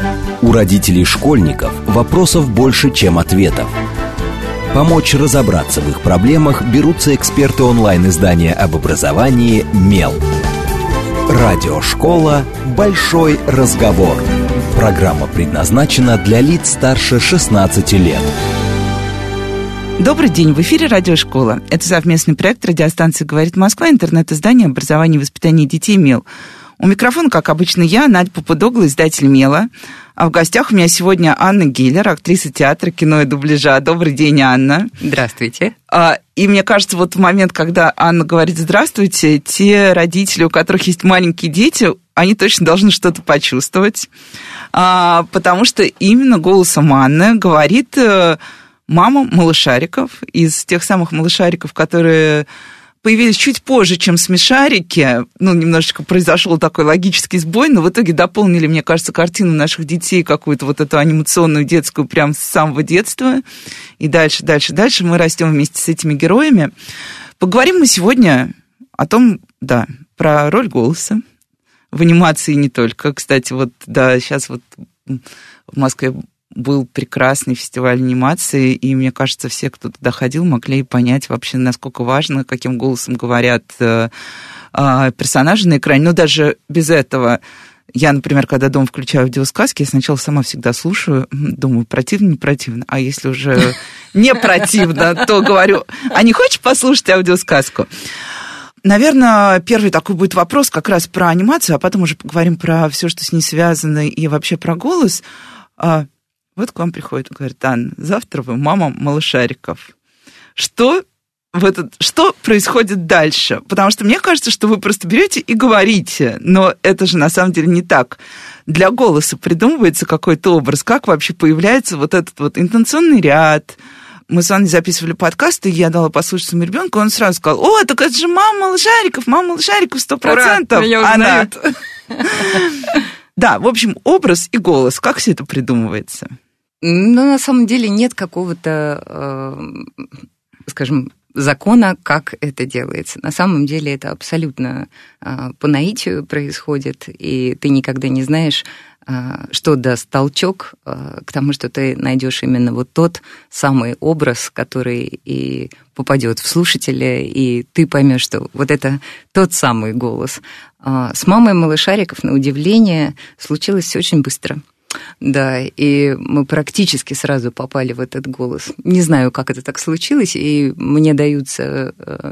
У родителей школьников вопросов больше, чем ответов. Помочь разобраться в их проблемах берутся эксперты онлайн-издания об образовании «Мел». Радиошкола «Большой разговор». Программа предназначена для лиц старше 16 лет. Добрый день, в эфире «Радиошкола». Это совместный проект радиостанции «Говорит Москва», интернет-издание образования и воспитания детей «Мел». У микрофона, как обычно, я, Надя Попудогла, издатель «Мела». А в гостях у меня сегодня Анна Гиллер, актриса театра, кино и дубляжа. Добрый день, Анна. Здравствуйте. И мне кажется, вот в момент, когда Анна говорит «здравствуйте», те родители, у которых есть маленькие дети, они точно должны что-то почувствовать, потому что именно голосом Анны говорит мама малышариков, из тех самых малышариков, которые появились чуть позже, чем смешарики. Немножечко произошел такой логический сбой, но в итоге дополнили, мне кажется, картину наших детей, какую-то вот эту анимационную детскую прям с самого детства. И дальше мы растем вместе с этими героями. Поговорим мы сегодня о том, про роль голоса в анимации не только. Кстати, сейчас в Москве был прекрасный фестиваль анимации, и, мне кажется, все, кто туда ходил, могли понять вообще, насколько важно, каким голосом говорят персонажи на экране. Но даже без этого я, например, когда дома включаю аудиосказки, я сначала сама всегда слушаю, думаю, противно, не противно. А если уже не противно, то говорю, а не хочешь послушать аудиосказку? Наверное, первый такой будет вопрос как раз про анимацию, а потом уже поговорим про все, что с ней связано, и вообще про голос. Вот к вам приходит, говорит: Анна, завтра вы мама малышариков. Что происходит дальше? Потому что мне кажется, что вы просто берете и говорите, но это же на самом деле не так. Для голоса придумывается какой-то образ, как вообще появляется вот этот вот интонационный ряд. Мы с Анной записывали подкаст, и я дала послушать своему ребенку, он сразу сказал: о, так это же мама малышариков 100%. Ура, меня узнают. Да, в общем, образ и голос, как все это придумывается? На самом деле нет какого-то, скажем, закона, как это делается. На самом деле это абсолютно по наитию происходит, и ты никогда не знаешь, что даст толчок к тому, что ты найдешь именно вот тот самый образ, который и попадет в слушателя, и ты поймешь, что вот это тот самый голос. С мамой малышариков, на удивление, случилось все очень быстро. Да, и мы практически сразу попали в этот голос. Не знаю, как это так случилось, и мне дается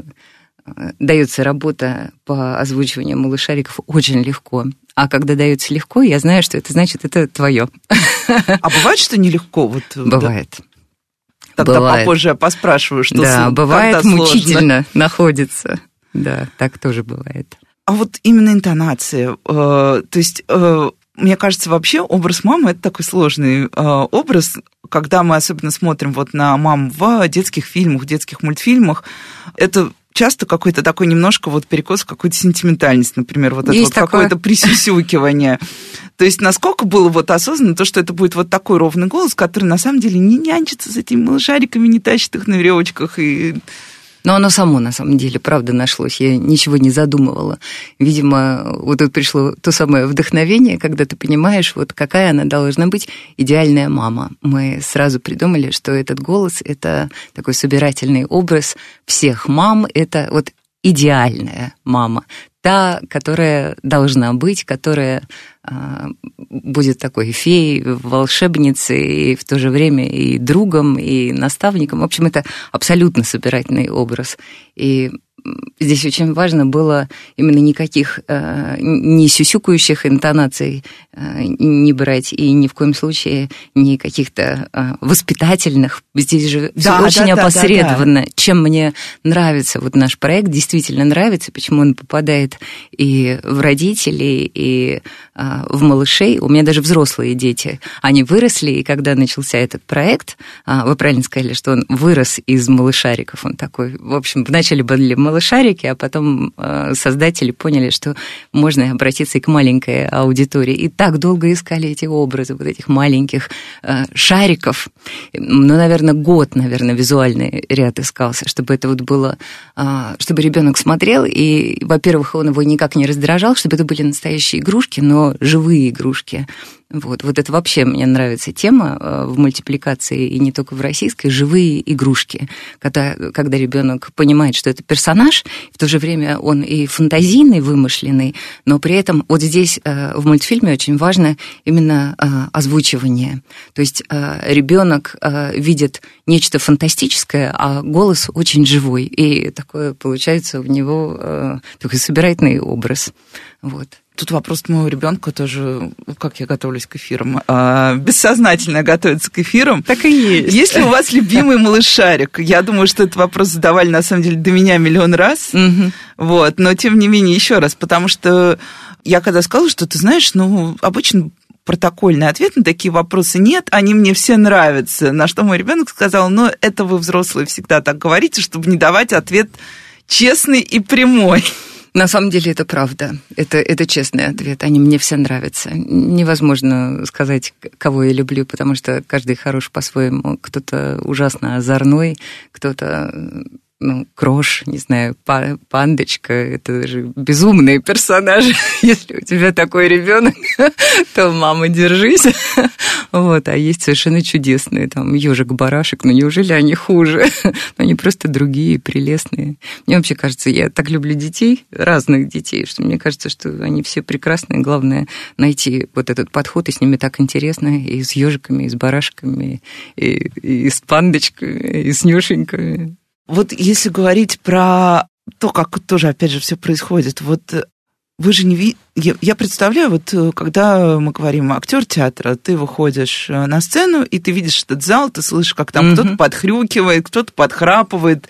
работа по озвучиванию малышариков очень легко. А когда дается легко, я знаю, что это значит, это твое. А бывает, что нелегко? Бывает. Тогда попозже я поспрашиваю, что да, бывает, мучительно находится. Да, так тоже бывает. А вот именно интонация, то есть... Мне кажется, вообще образ мамы – это такой сложный образ, когда мы особенно смотрим вот на мам в детских фильмах, в детских мультфильмах. Это часто какой-то такой немножко вот перекос в какую-то сентиментальность, например, вот это вот какое-то присюсюкивание. То есть насколько было вот осознанно то, что это будет вот такой ровный голос, который на самом деле не нянчится с этими малышариками, не тащит их на веревочках и... Но оно само, на самом деле, правда нашлось. Я ничего не задумывала. Видимо, вот тут пришло то самое вдохновение, когда ты понимаешь, вот какая она должна быть идеальная мама. Мы сразу придумали, что этот голос – это такой собирательный образ всех мам. Это вот идеальная мама. Та, которая должна быть, которая будет такой феей, волшебницей, и в то же время и другом, и наставником. В общем, это абсолютно собирательный образ. И здесь очень важно было именно никаких не сюсюкающих интонаций не брать, и ни в коем случае не каких-то воспитательных. Здесь же все очень опосредованно. Да. Чем мне нравится вот наш проект, действительно нравится, почему он попадает и в родителей, и в малышей. У меня даже взрослые дети, они выросли, и когда начался этот проект, вы правильно сказали, что он вырос из малышариков. Он такой, в общем, вначале были малышарики, а потом создатели поняли, что можно обратиться и к маленькой аудитории. И так долго искали эти образы, вот этих маленьких шариков. Ну, наверное, год, визуальный ряд искался, чтобы это вот было, чтобы ребенок смотрел, и, во-первых, он его никак не раздражал, чтобы это были настоящие игрушки, но живые игрушки. Вот это вообще мне нравится тема в мультипликации, и не только в российской, живые игрушки. Когда ребенок понимает, что это персонаж, в то же время он и фантазийный, вымышленный, но при этом вот здесь в мультфильме очень важно именно озвучивание. То есть ребенок видит нечто фантастическое, а голос очень живой. И такое получается у него такой собирательный образ. Вот. Тут вопрос к моему ребенку тоже, как я готовлюсь к эфирам. Бессознательно готовиться к эфирам. Так и есть. Есть ли у вас любимый малышарик? Я думаю, что этот вопрос задавали, на самом деле, до меня миллион раз. Угу. Вот. Но, тем не менее, еще раз, потому что я когда сказала, что, ты знаешь, обычно протокольный ответ на такие вопросы нет, они мне все нравятся. На что мой ребенок сказал, это вы, взрослые, всегда так говорите, чтобы не давать ответ честный и прямой. На самом деле это правда. Это честный ответ. Они мне все нравятся. Невозможно сказать, кого я люблю, потому что каждый хорош по-своему. Кто-то ужасно озорной, кто-то... Крош, не знаю, Пандочка, это же безумные персонажи. Если у тебя такой ребенок, то мама, держись. Вот, а есть совершенно чудесные, там, ежик-барашек, неужели они хуже? Они просто другие, прелестные. Мне вообще кажется, я так люблю детей, разных детей, что мне кажется, что они все прекрасные. Главное найти вот этот подход, и с ними так интересно, и с ежиками, и с барашками, и с Пандочками, и с Нюшеньками. Вот если говорить про то, как тоже, опять же, все происходит, вот вы же не видите... Я представляю, вот когда мы говорим актер театра, ты выходишь на сцену, и ты видишь этот зал, ты слышишь, как там кто-то подхрюкивает, кто-то подхрапывает.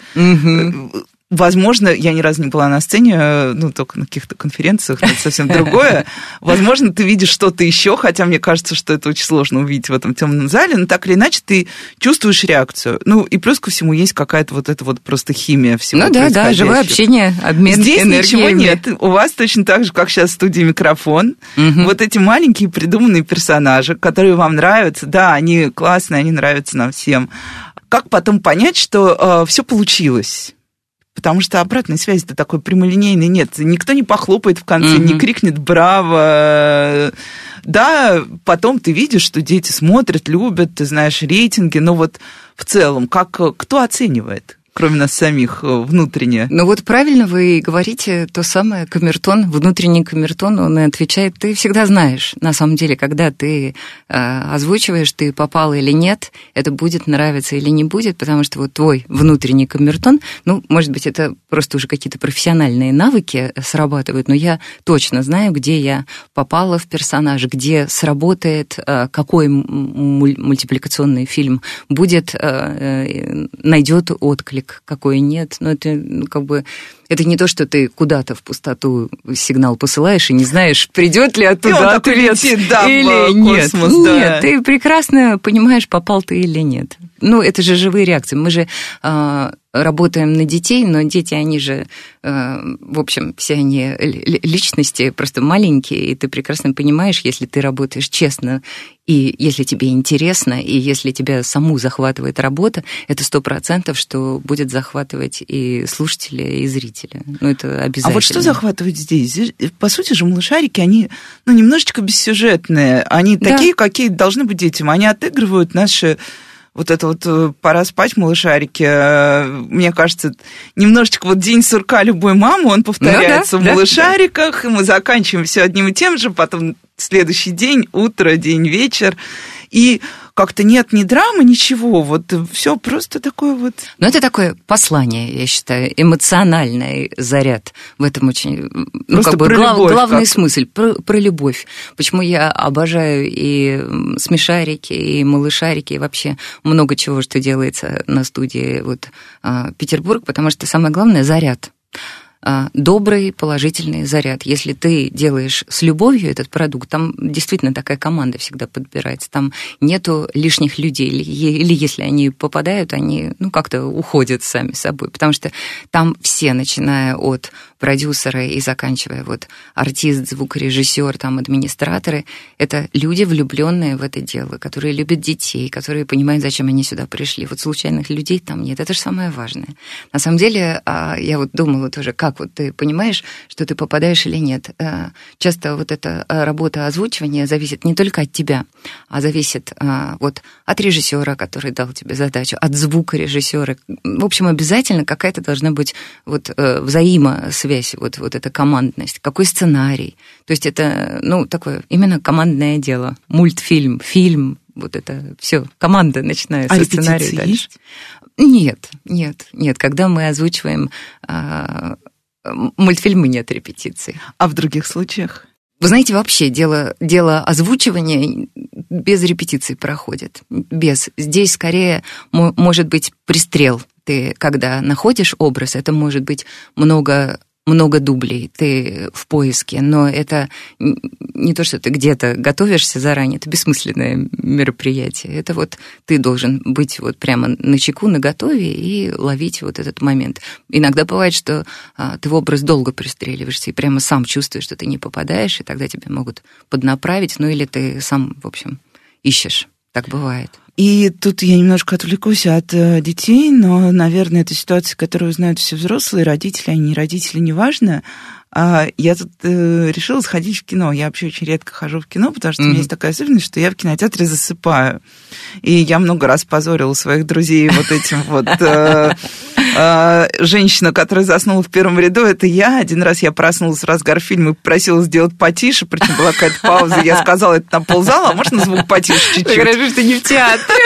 Возможно, я ни разу не была на сцене, только на каких-то конференциях, это совсем другое. Возможно, ты видишь что-то еще, хотя мне кажется, что это очень сложно увидеть в этом темном зале, но так или иначе ты чувствуешь реакцию. И плюс ко всему есть какая-то вот эта вот просто химия всего происходящего. Да, живое общение, обмен здесь энергиями. Здесь ничего нет. У вас точно так же, как сейчас в студии «Микрофон». Вот эти маленькие придуманные персонажи, которые вам нравятся, да, они классные, они нравятся нам всем. Как потом понять, что все получилось? Потому что обратной связи-то такой прямолинейной нет. Никто не похлопает в конце, не крикнет «Браво!». Да, потом ты видишь, что дети смотрят, любят, ты знаешь рейтинги, но вот в целом, кто оценивает? Кроме нас самих, внутренне. Правильно вы говорите то самое, камертон, внутренний камертон, он и отвечает, ты всегда знаешь, на самом деле, когда ты озвучиваешь, ты попал или нет, это будет нравиться или не будет, потому что вот твой внутренний камертон, может быть, это просто уже какие-то профессиональные навыки срабатывают, но я точно знаю, где я попала в персонаж, где сработает, какой мультипликационный фильм будет, найдет отклик, какой нет. Это это не то, что ты куда-то в пустоту сигнал посылаешь и не знаешь, придет ли оттуда ответ или нет. Космос, нет, ты прекрасно понимаешь, попал ты или нет. Это же живые реакции. Мы же работаем на детей, но дети, они же, в общем, все они личности просто маленькие, и ты прекрасно понимаешь, если ты работаешь честно, и если тебе интересно, и если тебя саму захватывает работа, это 100%, что будет захватывать и слушателя, и зрителя. Это обязательно. А вот что захватывает здесь? По сути же, малышарики, они немножечко бессюжетные. Они такие, какие должны быть детям. Они отыгрывают наши... Вот это вот «Пора спать, малышарики», мне кажется, немножечко день сурка любой мамы, он повторяется в малышариках, и мы заканчиваем все одним и тем же, потом следующий день, утро, день, вечер, и как-то нет ни драмы, ничего, все просто такое . Это такое послание, я считаю, эмоциональный заряд в этом очень, главный смысл, про любовь. Почему я обожаю и смешарики, и малышарики, и вообще много чего, что делается на студии Петербург, потому что самое главное — заряд. Добрый, положительный заряд. Если ты делаешь с любовью этот продукт, там действительно такая команда всегда подбирается, там нету лишних людей, или если они попадают, они как-то уходят сами собой, потому что там все, начиная от продюсеры и заканчивая вот артист, звукорежиссер, там, администраторы, это люди, влюбленные в это дело, которые любят детей, которые понимают, зачем они сюда пришли. Вот случайных людей там нет, это же самое важное. На самом деле, я вот думала тоже, как вот ты понимаешь, что ты попадаешь или нет. Часто вот эта работа озвучивания зависит не только от тебя, а зависит вот от режиссера, который дал тебе задачу, от звукорежиссера. В общем, обязательно какая-то должна быть вот взаимосвязь, вот эта командность, какой сценарий. То есть это, ну, такое именно командное дело. Мультфильм, фильм, вот это все, команда, начиная со сценария дальше. Есть? Нет. Когда мы озвучиваем мультфильмы, нет репетиций. А в других случаях? Вы знаете, вообще дело озвучивания без репетиций проходит. Здесь скорее может быть пристрел. Ты, когда находишь образ, это может быть много дублей, ты в поиске, но это не то, что ты где-то готовишься заранее, это бессмысленное мероприятие. Это вот ты должен быть вот прямо начеку, наготове и ловить вот этот момент. Иногда бывает, что ты в образ долго пристреливаешься и прямо сам чувствуешь, что ты не попадаешь, и тогда тебя могут поднаправить, ну или ты сам, в общем, ищешь. Так бывает. И тут я немножко отвлекусь от детей, но, наверное, это ситуация, которую знают все взрослые, родители, а не родители, неважно. Я тут решила сходить в кино. Я вообще очень редко хожу в кино, потому что у меня есть такая особенность, что я в кинотеатре засыпаю. И я много раз позорила своих друзей вот этим вот... Женщина, которая заснула в первом ряду, это я. Один раз я проснулась в разгар фильма и попросила сделать потише, причем была какая-то пауза. Я сказала, это на ползала, а можно звук потише чуть-чуть? Хорошо, что не в театре.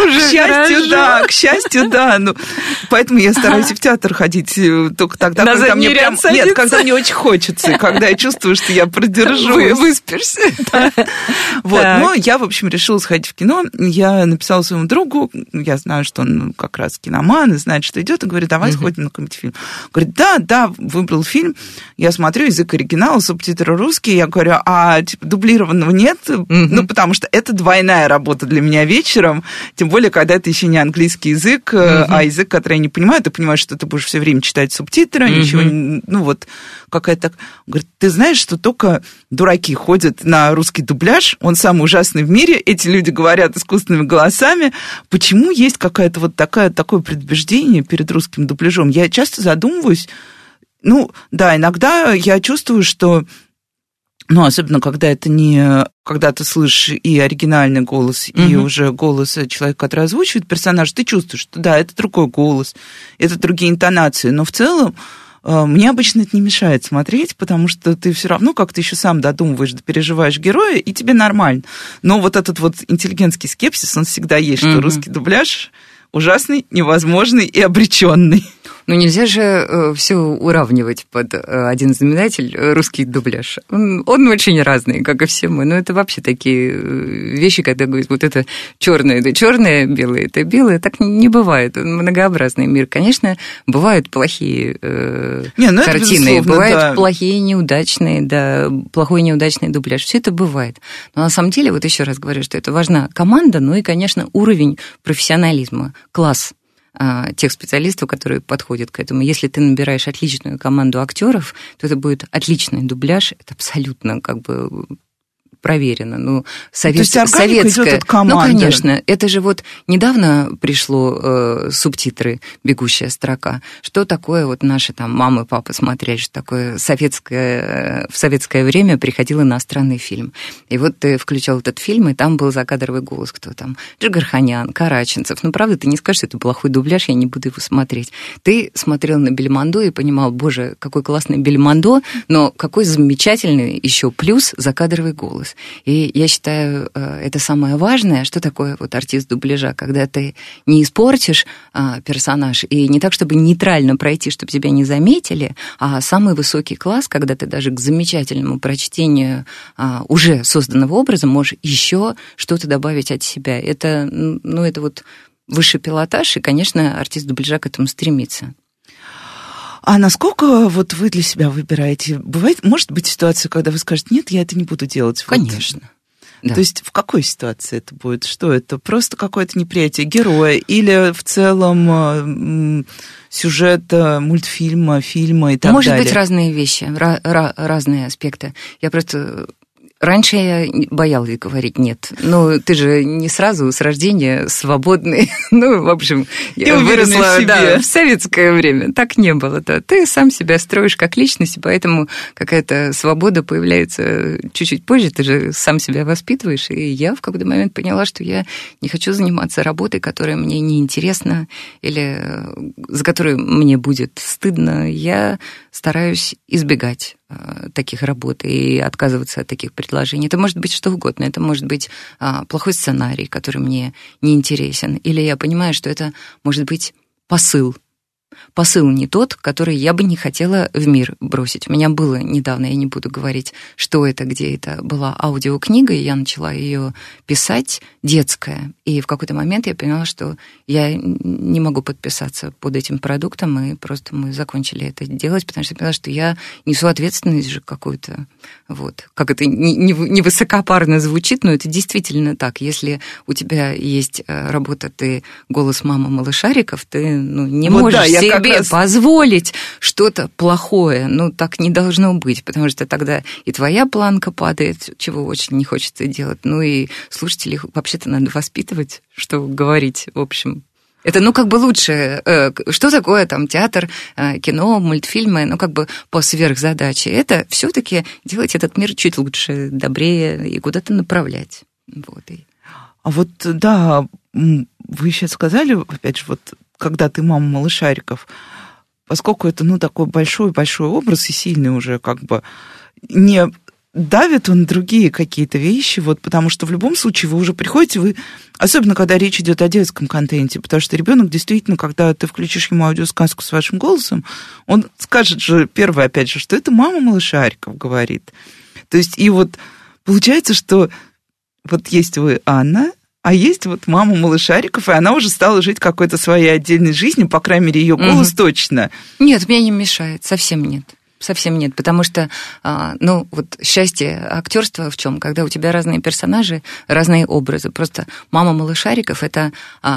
К счастью, да. Ну, поэтому я стараюсь в театр ходить только тогда, когда мне прям... Нет, когда мне очень хочется, и когда я чувствую, что я продержусь. Выспишься. Вот, но я, в общем, решила сходить в кино. Я написала своему другу, я знаю, что он как раз киноман и знает, что идет, и говорит, давай сходим на какой-нибудь фильм. Говорит, да, выбрал фильм, я смотрю, язык оригинала, субтитры русские, я говорю, дублированного нет, ну, потому что это двойная работа для меня вечером, тем более, когда это еще не английский язык, а язык, который я не понимаю, ты понимаешь, что ты будешь все время читать субтитры, ничего, ну, вот, какая-то... Говорит, ты знаешь, что только дураки ходят на русский дубляж, он самый ужасный в мире, эти люди говорят искусственными голосами, почему есть какое-то вот такое предубеждение перед русским дубляжом? Я часто задумываюсь, ну, да, иногда я чувствую, что, ну, особенно когда это не... Когда ты слышишь и оригинальный голос, и уже голос человека, который озвучивает персонаж, ты чувствуешь, что да, это другой голос, это другие интонации, но в целом мне обычно это не мешает смотреть, потому что ты все равно как-то еще сам додумываешь, переживаешь героя, и тебе нормально. Но вот этот вот интеллигентский скепсис, он всегда есть, что русский дубляж ужасный, невозможный и обреченный. Ну, нельзя же все уравнивать под один знаменатель русский дубляж. Он очень разный, как и все мы. Но это вообще такие вещи, когда говорят, вот это черное, белое, это белое. Так не бывает. Он многообразный мир. Конечно, бывают плохие картины, бывают плохие, неудачные, да, плохой неудачный дубляж. Все это бывает. Но на самом деле, вот еще раз говорю, что это важна команда, ну и, конечно, уровень профессионализма, класс тех специалистов, которые подходят к этому. Если ты набираешь отличную команду актеров, то это будет отличный дубляж. Это абсолютно как бы проверено. Ну, советская. Идет от команды. Ну, конечно. Это же вот недавно пришло субтитры «Бегущая строка». Что такое вот наши там мамы, папы смотрели, что такое в советское время приходил иностранный фильм. И вот ты включал этот фильм, и там был закадровый голос. Кто там? Джигарханян, Караченцев. Ну, правда, ты не скажешь, что это плохой дубляж, я не буду его смотреть. Ты смотрел на Бельмондо и понимал, боже, какой классный Бельмондо, но какой замечательный еще плюс закадровый голос. И я считаю, это самое важное, что такое вот артист дубляжа, когда ты не испортишь персонаж, и не так, чтобы нейтрально пройти, чтобы тебя не заметили, а самый высокий класс, когда ты даже к замечательному прочтению уже созданного образа можешь еще что-то добавить от себя. Это, ну, это вот высший пилотаж, и, конечно, артист дубляжа к этому стремится. А насколько вот вы для себя выбираете? Может быть ситуация, когда вы скажете, нет, я это не буду делать? Конечно. То есть в какой ситуации это будет? Что это? Просто какое-то неприятие героя или в целом сюжета мультфильма, фильма и так далее? Может быть, разные вещи, разные аспекты. Я просто... Раньше я боялась говорить «нет». Ну, ты же не сразу с рождения свободный. Ну, в общем, я выросла в советское время. Так не было. Да. Ты сам себя строишь как личность, и поэтому какая-то свобода появляется чуть-чуть позже. Ты же сам себя воспитываешь. И я в какой-то момент поняла, что я не хочу заниматься работой, которая мне неинтересна или за которую мне будет стыдно. Я стараюсь избегать таких работ и отказываться от таких предложений. Это может быть что угодно. Это может быть плохой сценарий, который мне не интересен. Или я понимаю, что это может быть посыл. Посыл не тот, который я бы не хотела в мир бросить. У меня было недавно, я не буду говорить, что это, где это, была аудиокнига, и я начала ее писать, детская. И в какой-то момент я поняла, что я не могу подписаться под этим продуктом, и просто мы закончили это делать, потому что я поняла, что я несу ответственность же какую-то. Вот. Как это не высокопарно звучит, но это действительно так. Если у тебя есть работа, ты голос мамы малышариков, ты не можешь себе позволить что-то плохое. Ну, так не должно быть, потому что тогда и твоя планка падает, чего очень не хочется делать. Ну, и слушателей вообще-то надо воспитывать, что говорить, в общем. Это, как бы лучше. Что такое там театр, кино, мультфильмы, как бы по сверхзадаче? Это все-таки делать этот мир чуть лучше, добрее и куда-то направлять. Вот. А вот, да, вы сейчас сказали, опять же, вот когда ты мама малышариков, поскольку это, такой большой-большой образ и сильный уже, как бы, не давит он другие какие-то вещи, вот, потому что в любом случае вы уже приходите, особенно когда речь идет о детском контенте, потому что ребенок действительно, когда ты включишь ему аудиосказку с вашим голосом, он скажет же, первое, опять же, что это мама малышариков говорит. То есть, и вот получается, что вот есть вы, Анна, а есть вот мама малышариков, и она уже стала жить какой-то своей отдельной жизнью, по крайней мере, ее голос точно. Нет, мне не мешает, совсем нет. Совсем нет, потому что, вот счастье актерства в чем? Когда у тебя разные персонажи, разные образы. Просто мама малышариков – это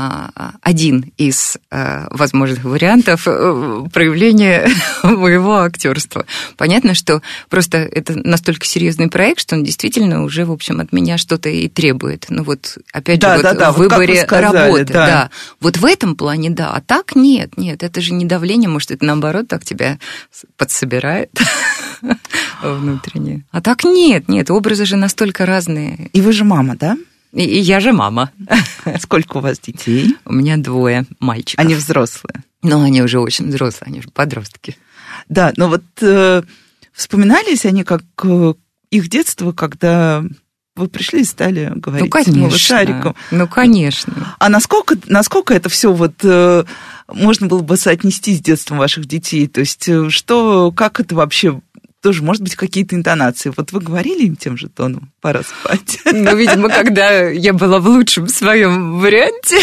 один из возможных вариантов проявления моего актерства. Понятно, что просто это настолько серьезный проект, что он действительно уже, в общем, от меня что-то и требует. Опять же, в выборе работы. Да. Вот в этом плане, да. А так нет, это же не давление, может, это наоборот так тебя подсобирает внутренне. А так нет, образы же настолько разные. И вы же мама, да? И я же мама. Сколько у вас детей? У меня 2 мальчиков. Они взрослые? Они уже очень взрослые, они уже подростки. Да, но вот вспоминались они как их детство, когда вы пришли и стали говорить с малышариком? Конечно. А насколько это все можно было бы соотнести с детством ваших детей? То есть как это вообще, тоже, может быть, какие-то интонации? Вот вы говорили им тем же тоном, пора спать? Видимо, когда я была в лучшем своем варианте,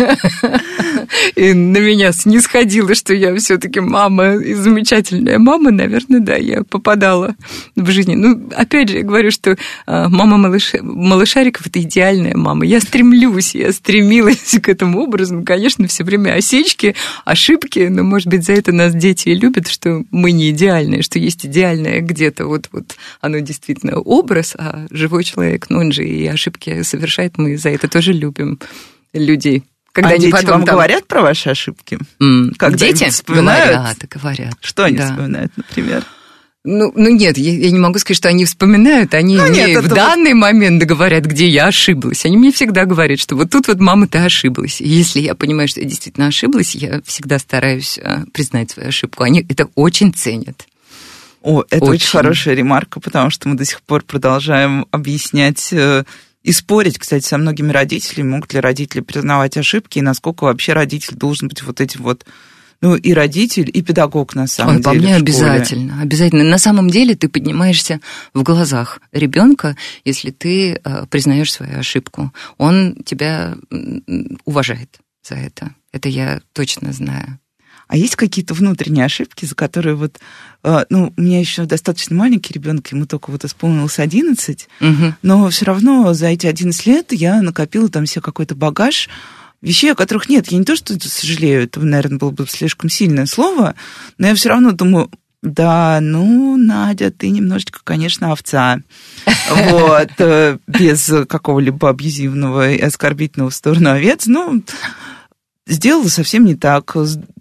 и на меня снисходило, что я все-таки мама и замечательная мама, наверное, да, я попадала в жизнь. Опять же, я говорю, что мама малышариков – это идеальная мама. Я стремилась к этому образу. Конечно, все время осечки, ошибки, но, может быть, за это нас дети и любят, что мы не идеальные, что есть идеальное где-то. Вот оно действительно образ, а живой человек, он же и ошибки совершает, мы за это тоже любим людей. Когда дети потом вам говорят про ваши ошибки? Когда дети говорят. Что они вспоминают, например? Нет, я не могу сказать, что они вспоминают, они мне в данный момент говорят, где я ошиблась. Они мне всегда говорят, что вот тут мама, ты ошиблась. И если я понимаю, что я действительно ошиблась, я всегда стараюсь признать свою ошибку. Они это очень ценят. Это очень хорошая ремарка, потому что мы до сих пор продолжаем объяснять и спорить, кстати, со многими родителями, могут ли родители признавать ошибки, и насколько вообще родитель должен быть вот этим вот, и родитель, и педагог на самом деле. По мне обязательно. На самом деле ты поднимаешься в глазах ребенка, если ты признаешь свою ошибку. Он тебя уважает за это. Это я точно знаю. А есть какие-то внутренние ошибки, за которые вот... Ну, у меня еще достаточно маленький ребенок, ему только вот исполнилось 11, но все равно за эти 11 лет я накопила там себе какой-то багаж вещей, о которых нет. Я не то, что сожалею, это, наверное, было бы слишком сильное слово, но я все равно думаю, да, ну, Надя, ты немножечко, конечно, овца. Вот, без какого-либо абьюзивного и оскорбительного в сторону овец. Ну, сделала совсем не так,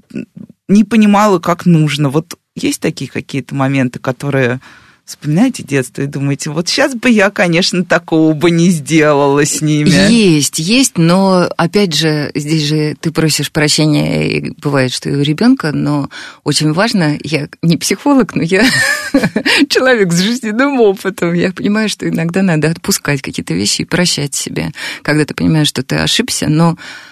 не понимала, как нужно. Вот есть такие какие-то моменты, которые вспоминаете детство и думаете, вот сейчас бы я, конечно, такого бы не сделала с ними. Есть, но, опять же, здесь же ты просишь прощения, и бывает, что и у ребенка, но очень важно, я не психолог, но я человек с жизненным опытом, я понимаю, что иногда надо отпускать какие-то вещи и прощать себе, когда ты понимаешь, что ты ошибся, но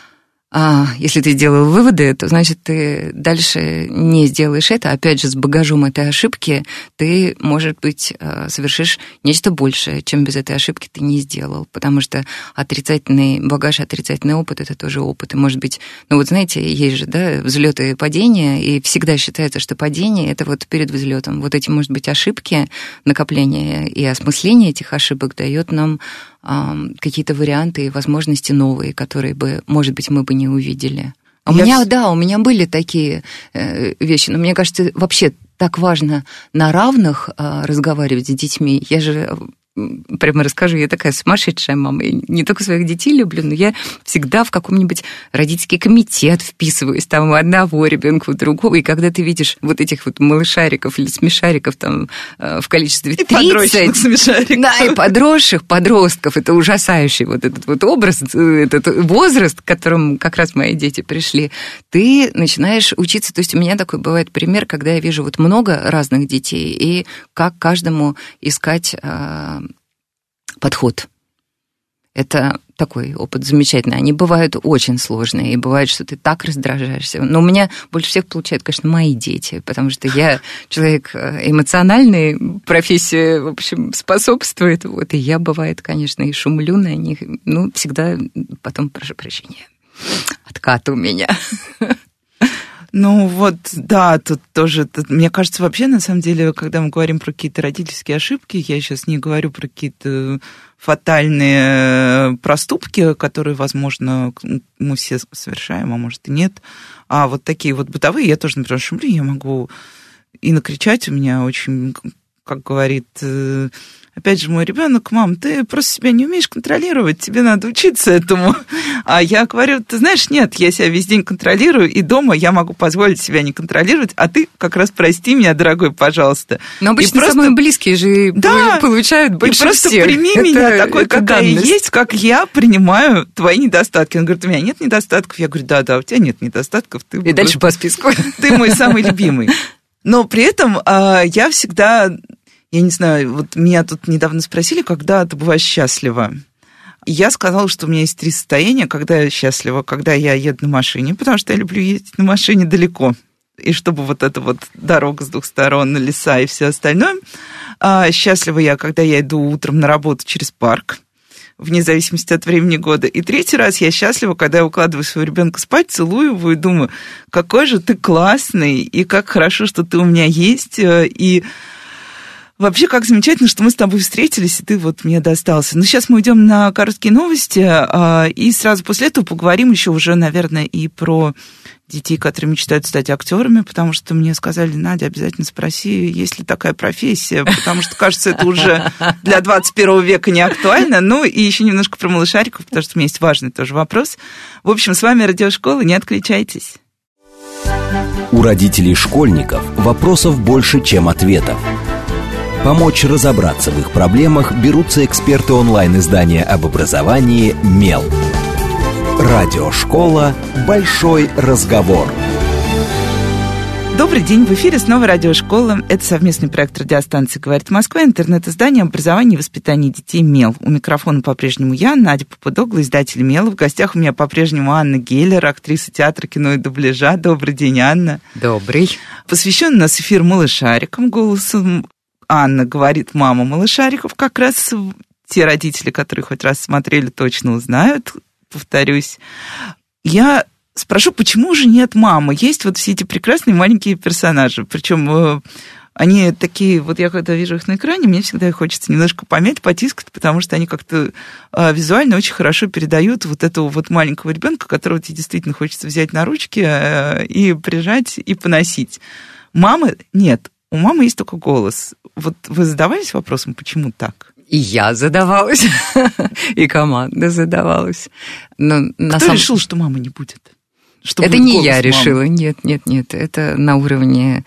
если ты сделал выводы, то значит, ты дальше не сделаешь это. Опять же, с багажом этой ошибки ты, может быть, совершишь нечто большее, чем без этой ошибки ты не сделал. Потому что отрицательный багаж, отрицательный опыт – это тоже опыт. И, может быть, ну вот знаете, есть же, да, взлеты и падения, и всегда считается, что падение – это вот перед взлетом. Вот эти, может быть, ошибки, накопление и осмысление этих ошибок дает нам какие-то варианты и возможности новые, которые бы, может быть, мы бы не увидели. У меня были такие вещи, но мне кажется, вообще так важно на равных разговаривать с детьми. Я же прямо расскажу, я такая сумасшедшая мама. Я не только своих детей люблю, но я всегда в каком-нибудь родительский комитет вписываюсь, там у одного ребенка, у другого. И когда ты видишь вот этих вот малышариков или смешариков там в количестве 30... смешариков. Да, и подростков. Это ужасающий вот этот вот образ, этот возраст, к которому как раз мои дети пришли. Ты начинаешь учиться. То есть у меня такой бывает пример, когда я вижу вот много разных детей, и как каждому искать подход. Это такой опыт замечательный. Они бывают очень сложные, и бывает, что ты так раздражаешься. Но у меня больше всех получают, конечно, мои дети, потому что я человек эмоциональный, профессия, в общем, способствует. Вот, и я, бывает, конечно, и шумлю на них. Ну, всегда потом прошу прощения. Откат у меня. Ну вот, да, тут тоже, мне кажется, вообще, на самом деле, когда мы говорим про какие-то родительские ошибки, я сейчас не говорю про какие-то фатальные проступки, которые, возможно, мы все совершаем, а может и нет, а вот такие вот бытовые, я тоже, например, шумлю, я могу и накричать, у меня очень, как говорит... Опять же, мой ребенок, мам, ты просто себя не умеешь контролировать, тебе надо учиться этому. А я говорю, ты знаешь, нет, я себя весь день контролирую, и дома я могу позволить себя не контролировать, а ты как раз прости меня, дорогой, пожалуйста. Но обычно самые близкие же получают больше всех. И просто прими меня такой, какая есть, как я принимаю твои недостатки. Он говорит, у меня нет недостатков. Я говорю, да, у тебя нет недостатков. И дальше по списку. Ты мой самый любимый. Но при этом я всегда... Я не знаю, вот меня тут недавно спросили, когда ты бываешь счастлива. И я сказала, что у меня есть 3 состояния, когда я счастлива. Когда я еду на машине, потому что я люблю ездить на машине далеко. И чтобы вот эта вот дорога с 2 сторон, леса и все остальное. Счастлива я, когда я иду утром на работу через парк, вне зависимости от времени года. И 3-й раз я счастлива, когда я укладываю своего ребенка спать, целую его и думаю, какой же ты классный, и как хорошо, что ты у меня есть, и... Вообще, как замечательно, что мы с тобой встретились, и ты вот мне достался. Но сейчас мы уйдем на короткие новости, и сразу после этого поговорим еще уже, наверное, и про детей, которые мечтают стать актерами, потому что мне сказали, Надя, обязательно спроси, есть ли такая профессия, потому что, кажется, это уже для 21 века не актуально. Ну, и еще немножко про малышариков, потому что у меня есть важный тоже вопрос. В общем, с вами Радиошкола, не отключайтесь. У родителей школьников вопросов больше, чем ответов. Помочь разобраться в их проблемах берутся эксперты онлайн-издания об образовании «Мел». Радиошкола «Большой разговор». Добрый день, в эфире снова Радиошкола. Это совместный проект радиостанции «Говорит Москва», интернет-издание образования и воспитания детей «Мел». У микрофона по-прежнему я, Надя Попудогла, издатель «Мела». В гостях у меня по-прежнему Анна Геллер, актриса театра, кино и дубляжа. Добрый день, Анна. Добрый. Посвящен у нас эфир малышарикам, голосом Анна говорит мама малышариков. Как раз те родители, которые хоть раз смотрели, точно узнают. Повторюсь. Я спрошу, почему же нет мамы? Есть вот все эти прекрасные маленькие персонажи, причем они такие, вот я когда вижу их на экране, мне всегда их хочется немножко помять, потискать, потому что они как-то визуально очень хорошо передают вот этого вот маленького ребенка, которого тебе действительно хочется взять на ручки и прижать, и поносить. Мамы нет. У мамы есть только голос. Вот вы задавались вопросом, почему так? И я задавалась, и команда задавалась. Но Кто решил, что мамы не будет? Это не я решила, нет. Это на уровне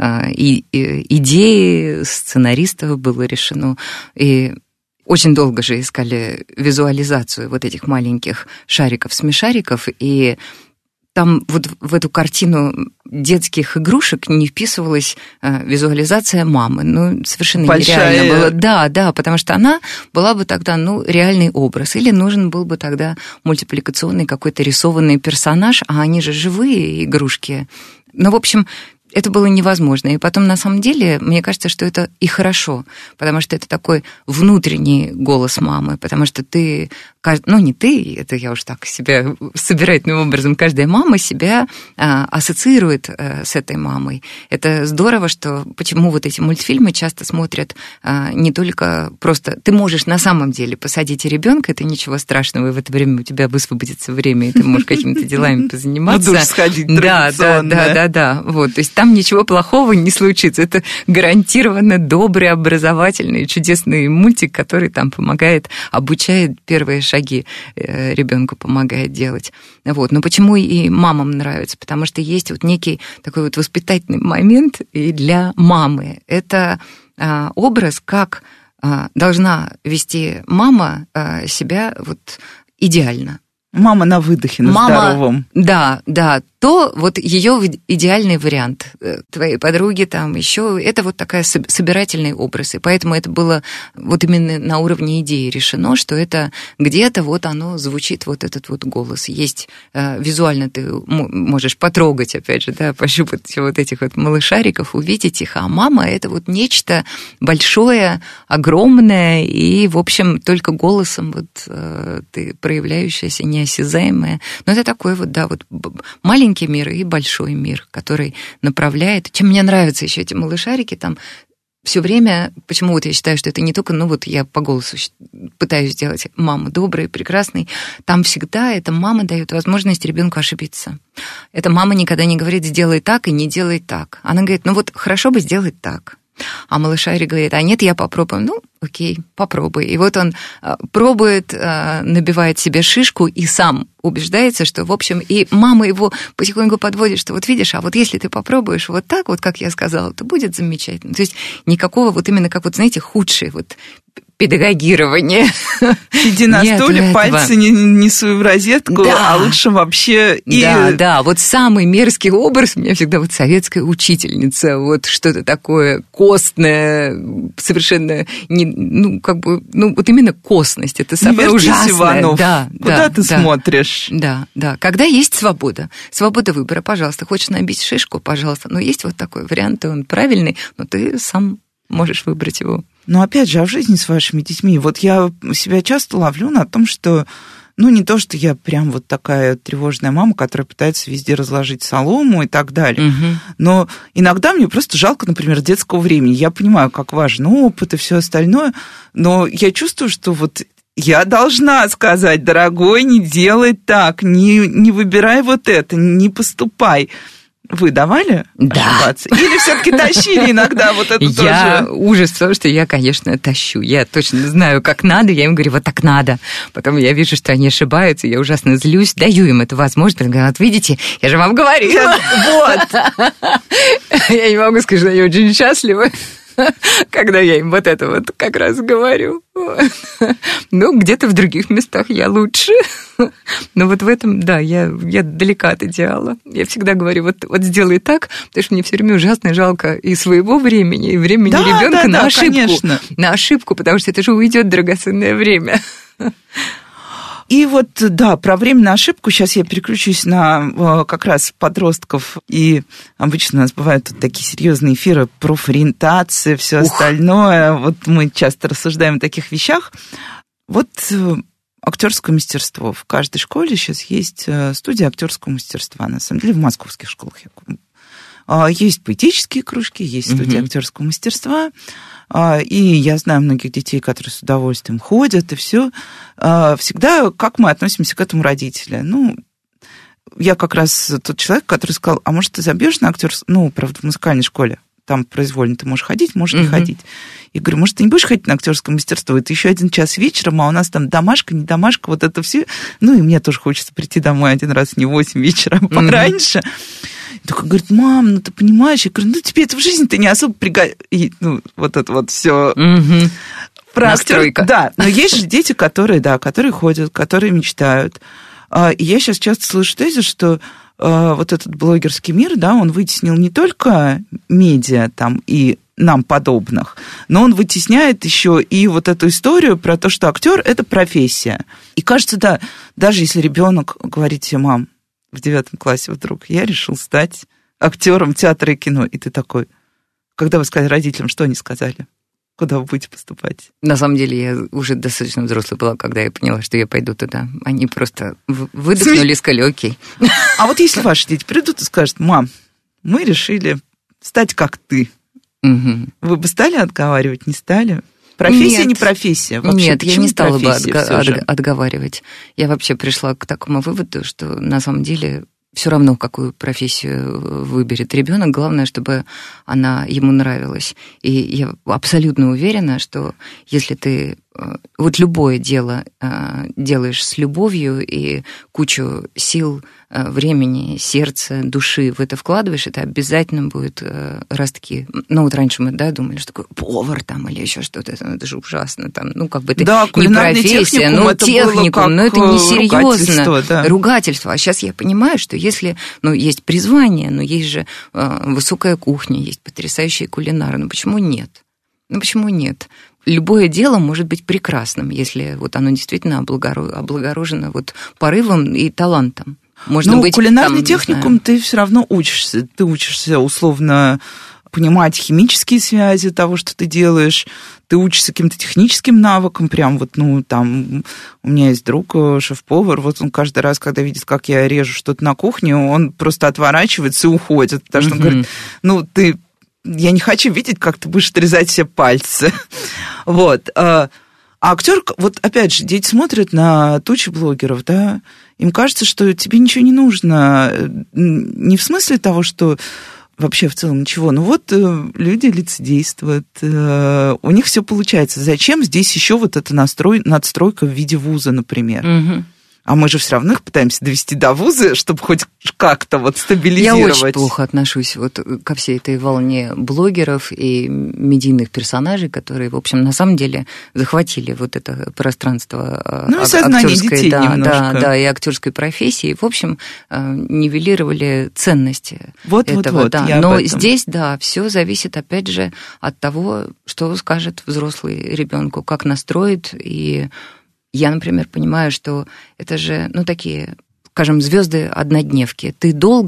идеи сценаристов было решено. И очень долго же искали визуализацию вот этих маленьких шариков-смешариков, и там вот в эту картину детских игрушек не вписывалась визуализация мамы. Ну, совершенно большая... нереально было. Да, потому что она была бы тогда, реальный образ. Или нужен был бы тогда мультипликационный какой-то рисованный персонаж, а они же живые игрушки. Ну, в общем, это было невозможно. И потом, на самом деле, мне кажется, что это и хорошо, потому что это такой внутренний голос мамы, потому что ты, не ты, это я уж так себя собирательным образом, каждая мама себя ассоциирует с этой мамой. Это здорово, что почему вот эти мультфильмы часто смотрят не только просто... Ты можешь на самом деле посадить ребенка, это ничего страшного, и в это время у тебя высвободится время, и ты можешь какими-то делами позаниматься. В душ сходить традиционно. Да. Вот, то есть там ничего плохого не случится. Это гарантированно добрый, образовательный, чудесный мультик, который там помогает, обучает первые шаги ребенку, помогает делать. Вот. Но почему и мамам нравится? Потому что есть вот некий такой вот воспитательный момент и для мамы. Это образ, как должна вести мама себя вот идеально. Мама на выдохе, на здоровом. Да, то вот ее идеальный вариант. Твоей подруги там еще, это вот такая собирательный образ. И поэтому это было вот именно на уровне идеи решено, что это где-то вот оно звучит, вот этот вот голос. Есть визуально ты можешь потрогать, опять же, да, пощупать вот этих вот малышариков, увидеть их, а мама это вот нечто большое, огромное, и, в общем, только голосом вот ты проявляющаяся, неосязаемая. Но это такой вот, да, вот маленький мир и большой мир, который направляет. Чем мне нравятся еще эти малышарики, там все время, почему вот я считаю, что это не только, я по голосу пытаюсь сделать маму доброй, прекрасной, там всегда эта мама дает возможность ребенку ошибиться. Эта мама никогда не говорит «сделай так» и «не делай так». Она говорит хорошо бы сделать так. А малышарик говорит, нет, я попробую. Окей, попробуй. И вот он пробует, набивает себе шишку и сам убеждается, что, в общем, и мама его потихоньку подводит, что вот видишь, а вот если ты попробуешь вот так, вот как я сказала, то будет замечательно. То есть никакого вот именно как вот, знаете, худшее вот педагогирование. Сиди на стуле, пальцы не суй в розетку, а лучше вообще... Да, вот самый мерзкий образ у меня всегда вот советская учительница, вот что-то такое костное, совершенно, вот именно костность, это самое ужасное. Иванов, куда ты смотришь? Да, когда есть свобода выбора, пожалуйста, хочешь набить шишку, пожалуйста, но есть вот такой вариант, он правильный, но ты сам можешь выбрать его. Но опять же, в жизни с вашими детьми, вот я себя часто ловлю на том, что, не то, что я прям вот такая тревожная мама, которая пытается везде разложить солому и так далее, но иногда мне просто жалко, например, детского времени. Я понимаю, как важен опыт и все остальное, но я чувствую, что вот я должна сказать, дорогой, не делай так, не выбирай вот это, не поступай. Вы давали ошибаться? Или все-таки тащили иногда вот это тоже? Ужас, потому что я, конечно, тащу. Я точно знаю, как надо, я им говорю, вот так надо. Потом я вижу, что они ошибаются, я ужасно злюсь, даю им эту возможность. Говорю, вот видите, я же вам говорила. Вот. Я не могу сказать, что они очень счастливы, когда я им вот это вот как раз говорю. Где-то в других местах я лучше. Но вот в этом, да, я далека от идеала. Я всегда говорю, вот сделай так, потому что мне все время ужасно жалко и своего времени, и времени ребенка на ошибку. Конечно. На ошибку, потому что это же уйдет драгоценное время. И вот, да, про время на ошибку, сейчас я переключусь на как раз подростков, и обычно у нас бывают вот такие серьезные эфиры, профориентация, все остальное, вот мы часто рассуждаем о таких вещах. Вот актерское мастерство. В каждой школе сейчас есть студия актерского мастерства. На самом деле, в московских школах есть поэтические кружки, есть студия актерского мастерства. И я знаю многих детей, которые с удовольствием ходят, и все. Всегда, как мы относимся к этому родители? Ну, я как раз тот человек, который сказал, а может, ты забьешь на актерское, ну, правда, в музыкальной школе, там произвольно ты можешь ходить, можешь не ходить. Я говорю, может, ты не будешь ходить на актерское мастерство? Это еще 1 час вечером, а у нас там домашка, не домашка, вот это все. Ну, и мне тоже хочется прийти домой 1 раз, не в 8 вечера, а пораньше. И такой говорит, мам, ну ты понимаешь? Я говорю, ну тебе это в жизни-то не особо пригодится. Ну, вот это вот все. Про настройка. Да, но есть же дети, которые ходят, которые мечтают. И я сейчас часто слышу тезис, что вот этот блогерский мир, да, он вытеснил не только медиа там и нам подобных, но он вытесняет еще и вот эту историю про то, что актер – это профессия. И кажется, да, даже если ребенок говорит тебе, мам, в 9 классе вдруг я решил стать актером театра и кино, и ты такой, когда вы сказали родителям, что они сказали? Куда вы будете поступать? На самом деле, я уже достаточно взрослая была, когда я поняла, что я пойду туда. Они просто выдохнули с колёки. А вот если ваши дети придут и скажут, мам, мы решили стать как ты, вы бы стали отговаривать, не стали? Профессия, нет, не профессия? Вообще, нет, я не стала бы отговаривать. Я вообще пришла к такому выводу, что на самом деле все равно, какую профессию выберет ребенок, главное, чтобы она ему нравилась. И я абсолютно уверена, что если ты вот любое дело делаешь с любовью и кучу сил, времени, сердца, души в это вкладываешь, это обязательно будет ростки. Ну, вот раньше мы, да, думали, что такое повар там или еще что-то, это же ужасно там, ну, как бы это да, не профессия, но техникум, но это несерьезно. Да. Ругательство. А сейчас я понимаю, что если, ну, есть призвание, но есть же высокая кухня, есть потрясающие кулинары, ну, почему нет? Ну, почему нет? Любое дело может быть прекрасным, если вот оно действительно облагорожено вот порывом и талантом. Можно быть кулинарный техникум ты все равно учишься. Ты учишься условно понимать химические связи того, что ты делаешь. Ты учишься каким-то техническим навыкам. Прям вот, ну, там, у меня есть друг, шеф-повар, вот он каждый раз, когда видит, как я режу что-то на кухне, он просто отворачивается и уходит. Потому что он говорит, ну, я не хочу видеть, как ты будешь отрезать все пальцы. Вот. А актер, вот опять же, дети смотрят на тучи блогеров, да, им кажется, что тебе ничего не нужно. Не в смысле того, что вообще в целом ничего. Ну вот люди лицедействуют, у них все получается. Зачем здесь еще вот эта надстройка в виде вуза, например? А мы же все равно их пытаемся довести до вуза, чтобы хоть как-то вот стабилизировать. Я очень плохо отношусь вот ко всей этой волне блогеров и медийных персонажей, которые, в общем, на самом деле захватили вот это пространство актерской, да, и актерской профессии, и, в общем, нивелировали ценности этого. Да. Но здесь, да, все зависит, опять же, от того, что скажет взрослый ребенку, как настроит. И я, например, понимаю, что это же, ну, такие, скажем, звезды-однодневки.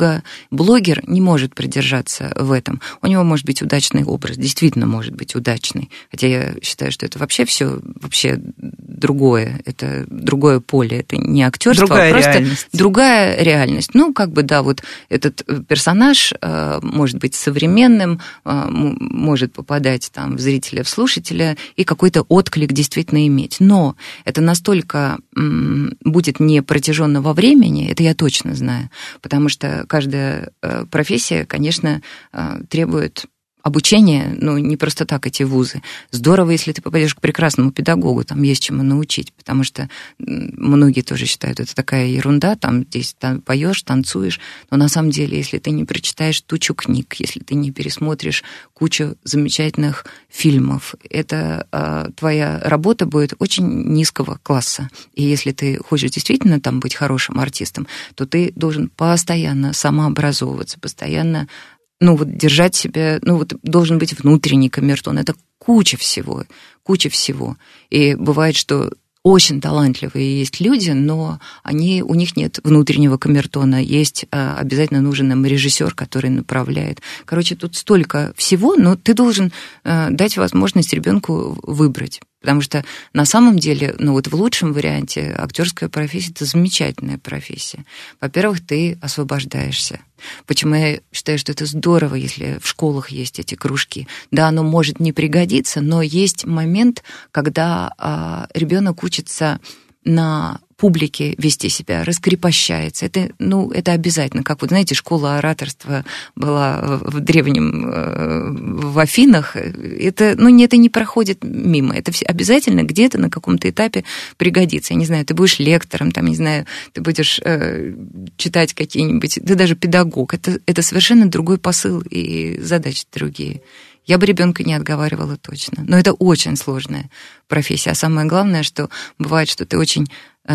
Блогер не может продержаться в этом. У него может быть удачный образ, действительно может быть удачный. Хотя я считаю, что это вообще все другое. Это другое поле. Это не актерство, а просто другая реальность. Ну, как бы, да, вот этот персонаж может быть современным, может попадать там в зрителя, в слушателя и какой-то отклик действительно иметь. Но это настолько будет не протяженно во времени, это я точно знаю, потому что каждая профессия, конечно, требует обучения, ну, не просто так эти вузы. Здорово, если ты попадешь к прекрасному педагогу, там есть чему научить, потому что многие тоже считают, это такая ерунда, там здесь поешь, танцуешь, но на самом деле, если ты не прочитаешь тучу книг, если ты не пересмотришь кучу замечательных фильмов, это твоя работа будет очень низкого класса. И если ты хочешь действительно там быть хорошим артистом, то ты должен постоянно самообразовываться, постоянно держать себя, должен быть внутренний камертон. Это куча всего. И бывает, что очень талантливые есть люди, но у них нет внутреннего камертона. Есть обязательно нужен нам режиссер, который направляет. Короче, тут столько всего, но ты должен дать возможность ребенку выбрать. Потому что на самом деле, ну вот в лучшем варианте актерская профессия – это замечательная профессия. Во-первых, ты освобождаешься. Почему я считаю, что это здорово, если в школах есть эти кружки. Да, оно может не пригодиться, но есть момент, когда ребенок учится на публике вести себя, раскрепощается. Это обязательно. Как вот, знаете, школа ораторства была в древнем, в Афинах. Это не проходит мимо. Это это где-то на каком-то этапе пригодится. Я не знаю, ты будешь лектором, там, не знаю, ты будешь читать какие-нибудь... Ты даже педагог. Это совершенно другой посыл и задачи другие. Я бы ребенка не отговаривала точно. Но это очень сложная профессия. А самое главное, что бывает, что ты очень...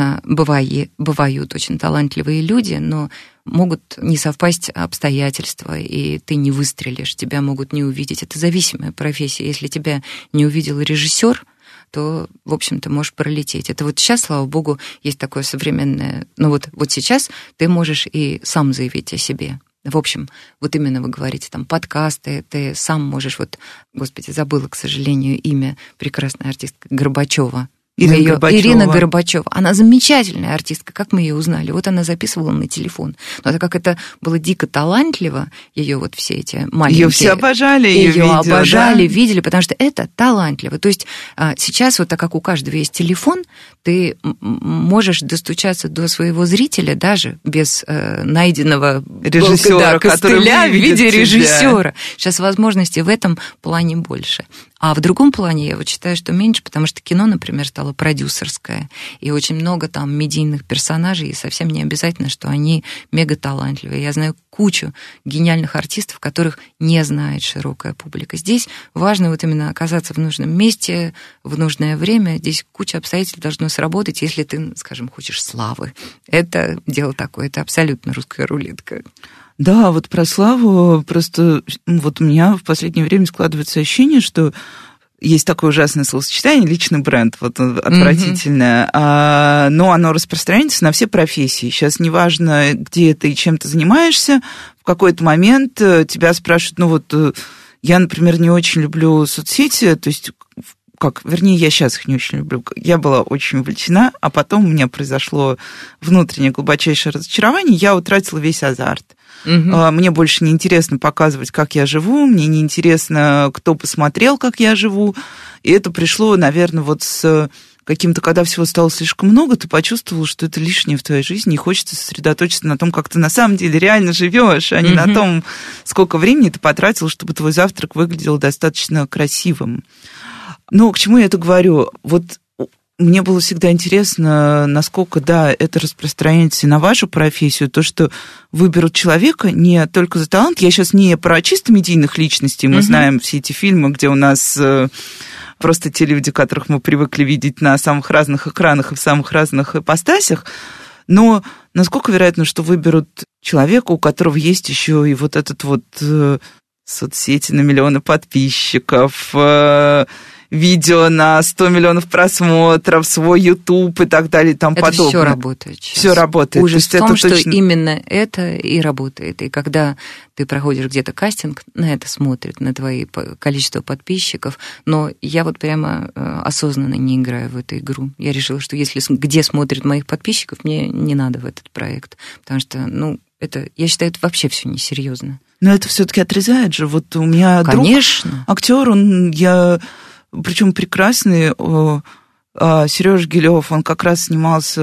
Бывают очень талантливые люди, но могут не совпасть обстоятельства, и ты не выстрелишь, тебя могут не увидеть. Это зависимая профессия. Если тебя не увидел режиссер, то, в общем-то, можешь пролететь. Это вот сейчас, слава богу, есть такое современное... Ну вот сейчас ты можешь и сам заявить о себе. В общем, вот именно вы говорите, там, подкасты, ты сам можешь, вот, господи, забыла, к сожалению, имя прекрасной артистки Горбачева. Ирина Горбачева. Она замечательная артистка. Как мы ее узнали? Вот она записывала на телефон. Но так как это было дико талантливо, ее вот все эти маленькие... Ее все обожали, видели, потому что это талантливо. То есть сейчас вот так как у каждого есть телефон, ты можешь достучаться до своего зрителя даже без найденного режиссера, костыля в виде режиссера. Сейчас возможностей в этом плане больше. А в другом плане я вот считаю, что меньше, потому что кино, например, стало продюсерское, и очень много там медийных персонажей, и совсем не обязательно, что они мега талантливые. Я знаю кучу гениальных артистов, которых не знает широкая публика. Здесь важно вот именно оказаться в нужном месте, в нужное время. Здесь куча обстоятельств должно сработать, если ты, скажем, хочешь славы. Это дело такое, это абсолютно русская рулетка. Да, вот про славу просто вот у меня в последнее время складывается ощущение, что есть такое ужасное словосочетание «личный бренд», вот отвратительное, но оно распространяется на все профессии. Сейчас неважно, где ты и чем ты занимаешься, в какой-то момент тебя спрашивают, я, например, не очень люблю соцсети, то есть... я сейчас их не очень люблю. Я была очень увлечена, а потом у меня произошло внутреннее глубочайшее разочарование, я утратила весь азарт. Мне больше не интересно показывать, как я живу, мне не интересно, кто посмотрел, как я живу. И это пришло, наверное, вот с каким-то, когда всего стало слишком много, ты почувствовал, что это лишнее в твоей жизни, и хочется сосредоточиться на том, как ты на самом деле реально живешь, а не на том, сколько времени ты потратил, чтобы твой завтрак выглядел достаточно красивым. Ну, к чему я это говорю? Вот мне было всегда интересно, насколько, да, это распространяется и на вашу профессию, то, что выберут человека не только за талант. Я сейчас не про чисто медийных личностей, мы знаем все эти фильмы, где у нас просто те люди, которых мы привыкли видеть на самых разных экранах и в самых разных ипостасях, но насколько вероятно, что выберут человека, у которого есть еще и вот этот вот соцсети на миллионы подписчиков, видео на 100 миллионов просмотров, свой YouTube и так далее и тому подобное. Это все работает сейчас. Все работает. Ужас в том, что именно это и работает. И когда ты проходишь где-то кастинг, на это смотрят, на твои количество подписчиков. Но я вот прямо осознанно не играю в эту игру. Я решила, что если где смотрят моих подписчиков, мне не надо в этот проект. Потому что, это, я считаю, это вообще все несерьезно. Но это все-таки отрезает же. Вот у меня Конечно. Друг, актер, причем прекрасный, Сережа Гилев, он как раз снимался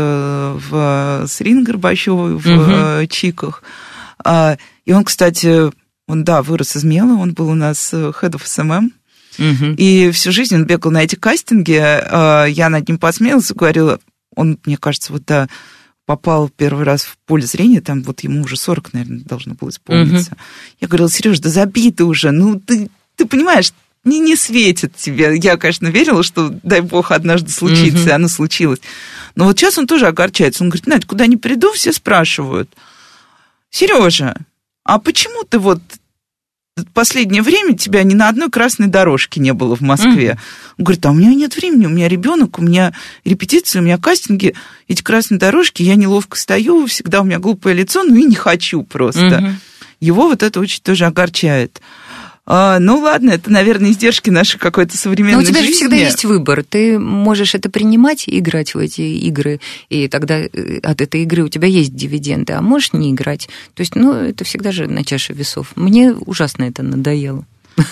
с Ириной Горбачевой в «Чиках». И он, кстати, вырос из мела, он был у нас head of SMM. И всю жизнь он бегал на эти кастинги. Я над ним посмеялась и говорила, он, мне кажется, попал первый раз в поле зрения, там ему уже 40, наверное, должно было исполниться. Я говорила, Сереж, да забей ты уже, ты понимаешь, не светит тебе. Я, конечно, верила, что, дай бог, однажды случится, и оно случилось. Но вот сейчас он тоже огорчается. Он говорит, Надь, куда ни приду, все спрашивают, Сережа, а почему ты в последнее время тебя ни на одной красной дорожке не было в Москве? Он говорит, у меня нет времени, у меня ребенок, у меня репетиции, у меня кастинги, эти красные дорожки, я неловко стою, всегда у меня глупое лицо, и не хочу просто. Его это очень тоже огорчает. Ну ладно, это, наверное, издержки нашей какой-то современной жизни. Но у тебя же всегда есть выбор. Ты можешь это принимать, играть в эти игры, и тогда от этой игры у тебя есть дивиденды, а можешь не играть. То есть, это всегда же на чаше весов. Мне ужасно это надоело.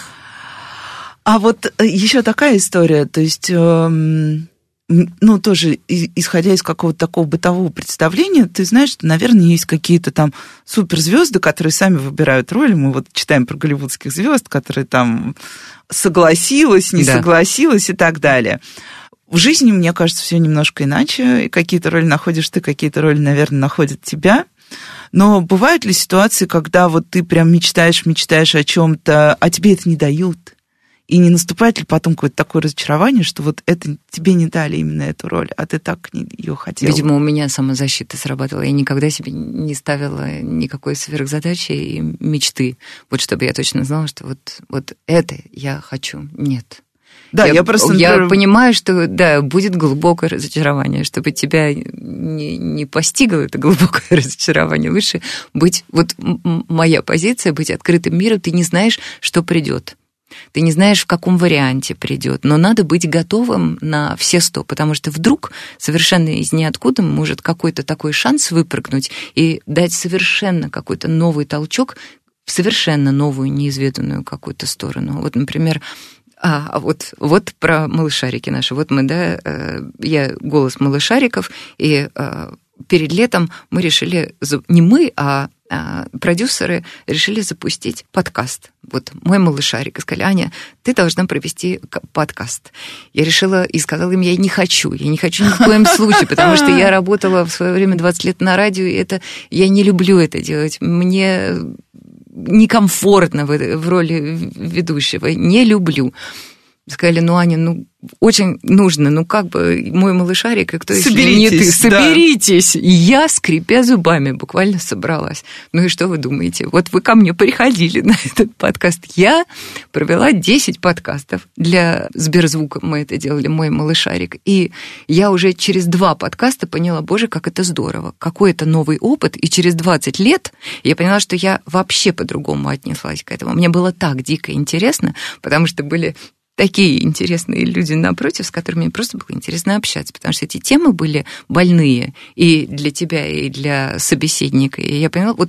А вот еще такая история, то есть... тоже исходя из какого-то такого бытового представления, ты знаешь, что, наверное, есть какие-то там суперзвезды, которые сами выбирают роли. Мы вот читаем про голливудских звезд, которые там согласилась, не согласилась и так далее. В жизни, мне кажется, все немножко иначе. И какие-то роли находишь ты, какие-то роли, наверное, находят тебя. Но бывают ли ситуации, когда вот ты прям мечтаешь о чем-то, а тебе это не дают? И не наступает ли потом какое-то такое разочарование, что вот это тебе не дали именно эту роль, а ты так ее хотела? Видимо, у меня самозащита сработала. Я никогда себе не ставила никакой сверхзадачи и мечты. Вот чтобы я точно знала, что вот это я хочу. Нет. Да, я просто... Я понимаю, что, да, будет глубокое разочарование. Чтобы тебя не постигло это глубокое разочарование, лучше быть... Вот моя позиция, быть открытым миру, ты не знаешь, что придет. Ты не знаешь, в каком варианте придет, но надо быть готовым на все 100, потому что вдруг совершенно из ниоткуда может какой-то такой шанс выпрыгнуть и дать совершенно какой-то новый толчок в совершенно новую, неизведанную какую-то сторону. Вот, например, вот про малышарики наши. Вот мы, я голос малышариков, и перед летом мы решили, не мы, а продюсеры решили запустить подкаст. Вот мой малышарик. И сказали: Аня, ты должна провести подкаст. Я решила и сказала им: я не хочу ни в коем случае, потому что я работала в свое время 20 лет на радио, и я не люблю это делать. Мне некомфортно в роли ведущего. Не люблю. Сказали: Аня, очень нужно, мой малышарик, и кто если не ты, соберитесь. Да. И я, скрипя зубами, буквально собралась. И что вы думаете? Вот вы ко мне приходили на этот подкаст. Я провела 10 подкастов. Для Сберзвука мы это делали, мой малышарик. И я уже через 2 подкаста поняла: боже, как это здорово. Какой это новый опыт. И через 20 лет я поняла, что я вообще по-другому отнеслась к этому. Мне было так дико интересно, потому что были... такие интересные люди напротив, с которыми мне просто было интересно общаться, потому что эти темы были больные и для тебя, и для собеседника. И я поняла,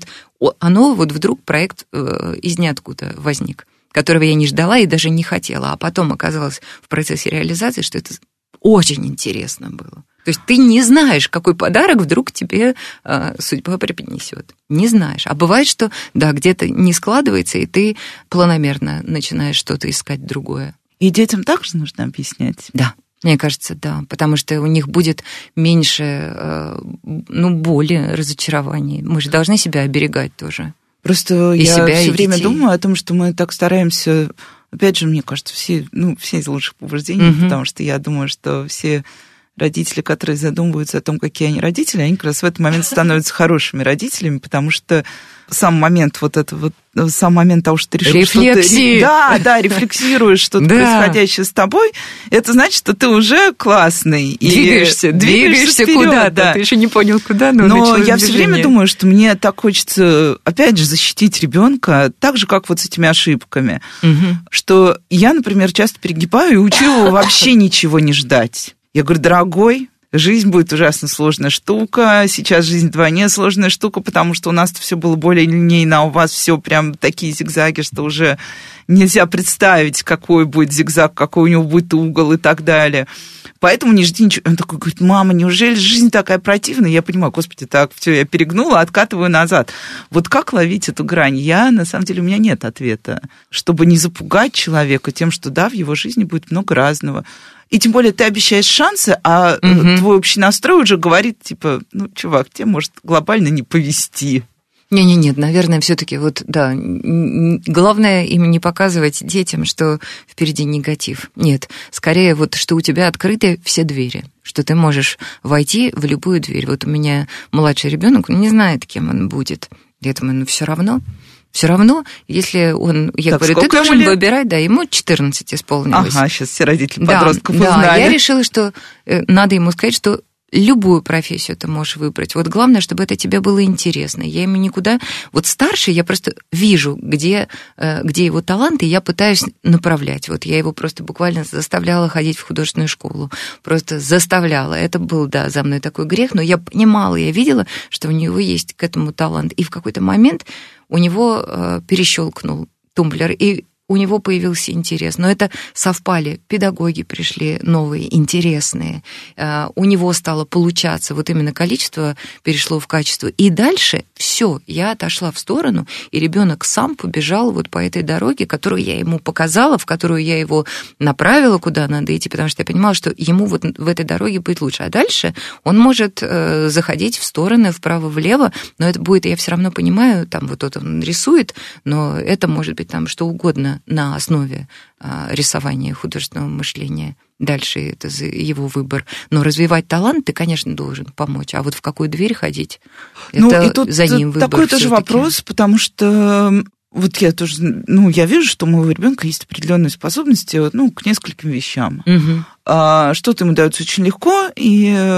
вдруг проект из ниоткуда возник, которого я не ждала и даже не хотела, а потом оказалось в процессе реализации, что это очень интересно было. То есть ты не знаешь, какой подарок вдруг тебе судьба преподнесет. Не знаешь. А бывает, что где-то не складывается, и ты планомерно начинаешь что-то искать другое. И детям также нужно объяснять? Да, мне кажется, да, потому что у них будет меньше, боли, разочарований. Мы же должны себя оберегать тоже. Просто я все время думаю о том, что мы так стараемся, опять же, мне кажется, все из лучших побуждений, потому что я думаю, что все родители, которые задумываются о том, какие они родители, они как раз в этот момент становятся хорошими родителями, потому что сам момент сам момент того, что ты решил рефлексии. Да, рефлексируешь что-то происходящее с тобой, это значит, что ты уже классный. Двигаешься куда-то. Да. Ты еще не понял, куда, но я все время думаю, что мне так хочется, опять же, защитить ребенка, так же, как вот с этими ошибками, что я, например, часто перегибаю и учу его вообще ничего не ждать. Я говорю: дорогой, жизнь будет ужасно сложная штука, сейчас жизнь вдвойне сложная штука, потому что у нас-то все было более линейно, а у вас все прям такие зигзаги, что уже нельзя представить, какой будет зигзаг, какой у него будет угол и так далее. Поэтому не жди ничего. Он такой говорит: мама, неужели жизнь такая противная? Я понимаю: господи, так, все, я перегнула, откатываю назад. Вот как ловить эту грань? На самом деле, у меня нет ответа. Чтобы не запугать человека тем, что в его жизни будет много разного. И тем более ты обещаешь шансы, а твой общий настрой уже говорит, чувак, тебе может глобально не повезти. Нет, наверное, все-таки главное им не показывать детям, что впереди негатив. Нет, скорее что у тебя открыты все двери, что ты можешь войти в любую дверь. Вот у меня младший ребенок, он не знает, кем он будет. Я думаю, все равно. Все равно, если он... Я говорю, ты должен выбирать, ему 14 исполнилось. Ага, сейчас все родители подростков узнали. Да, я решила, что надо ему сказать, что Любую профессию ты можешь выбрать. Вот главное, чтобы это тебе было интересно. Я ему никуда... Вот старший я просто вижу, где его талант, и я пытаюсь направлять. Вот я его просто буквально заставляла ходить в художественную школу. Просто заставляла. Это был, да, за мной такой грех, но я понимала, я видела, что у него есть к этому талант. И в какой-то момент у него перещелкнул тумблер, и у него появился интерес. Но это совпали. Педагоги пришли новые, интересные. У него стало получаться. Вот именно количество перешло в качество. И дальше все, я отошла в сторону, и ребенок сам побежал вот по этой дороге, которую я ему показала, в которую я его направила, куда надо идти, потому что я понимала, что ему вот в этой дороге будет лучше. А дальше он может заходить в стороны, вправо-влево, но это будет, я все равно понимаю, там вот он рисует, но это может быть там что угодно на основе рисования, художественного мышления. Дальше это его выбор. Но развивать талант ты, конечно, должен помочь. А вот в какую дверь ходить, это и тут за ним выбор. Такой тоже вопрос, потому что вот я тоже, я вижу, что у моего ребенка есть определенные способности, к нескольким вещам. Угу. Что-то ему дается очень легко, и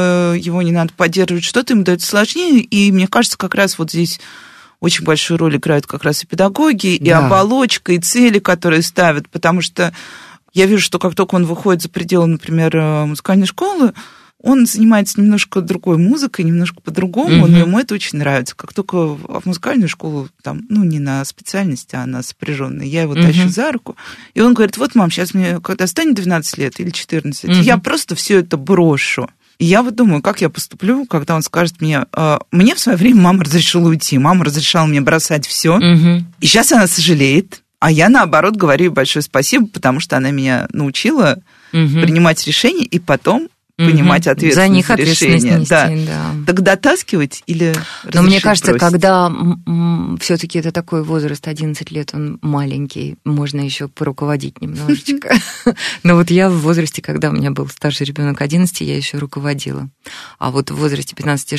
его не надо поддерживать, что-то ему дается сложнее, и мне кажется, как раз вот здесь очень большую роль играют как раз и педагоги, и оболочка, и цели, которые ставят, потому что я вижу, что как только он выходит за пределы, например, музыкальной школы, он занимается немножко другой музыкой, немножко по-другому, но ему это очень нравится. Как только в музыкальную школу, там, не на специальности, а на сопряженной, я его тащу за руку, и он говорит: вот, мам, сейчас мне, когда станет 12 лет или 14, я просто все это брошу. И я вот думаю, как я поступлю, когда он скажет мне в свое время мама разрешила уйти, мама разрешала мне бросать все, и сейчас она сожалеет, а я, наоборот, говорю ей большое спасибо, потому что она меня научила принимать решения и потом понимать ответственность за них, решения. Нести, да. Так дотаскивать или разрешить? Но мне кажется, бросить? когда все-таки это такой возраст, 11 лет, он маленький, можно еще поруководить немножечко. Но вот я в возрасте, когда у меня был старший ребенок 11, я еще руководила. А вот в возрасте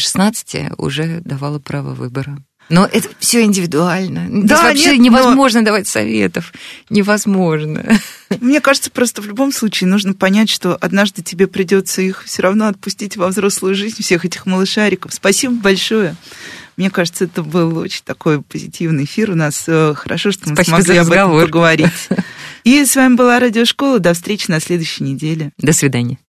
15-16 уже давала право выбора. Но это все индивидуально. Да, здесь вообще невозможно давать советов. Невозможно. Мне кажется, просто в любом случае нужно понять, что однажды тебе придется их все равно отпустить во взрослую жизнь, всех этих малышариков. Спасибо большое. Мне кажется, это был очень такой позитивный эфир. У нас хорошо, что мы смогли об этом поговорить. И с вами была Радиошкола. До встречи на следующей неделе. До свидания.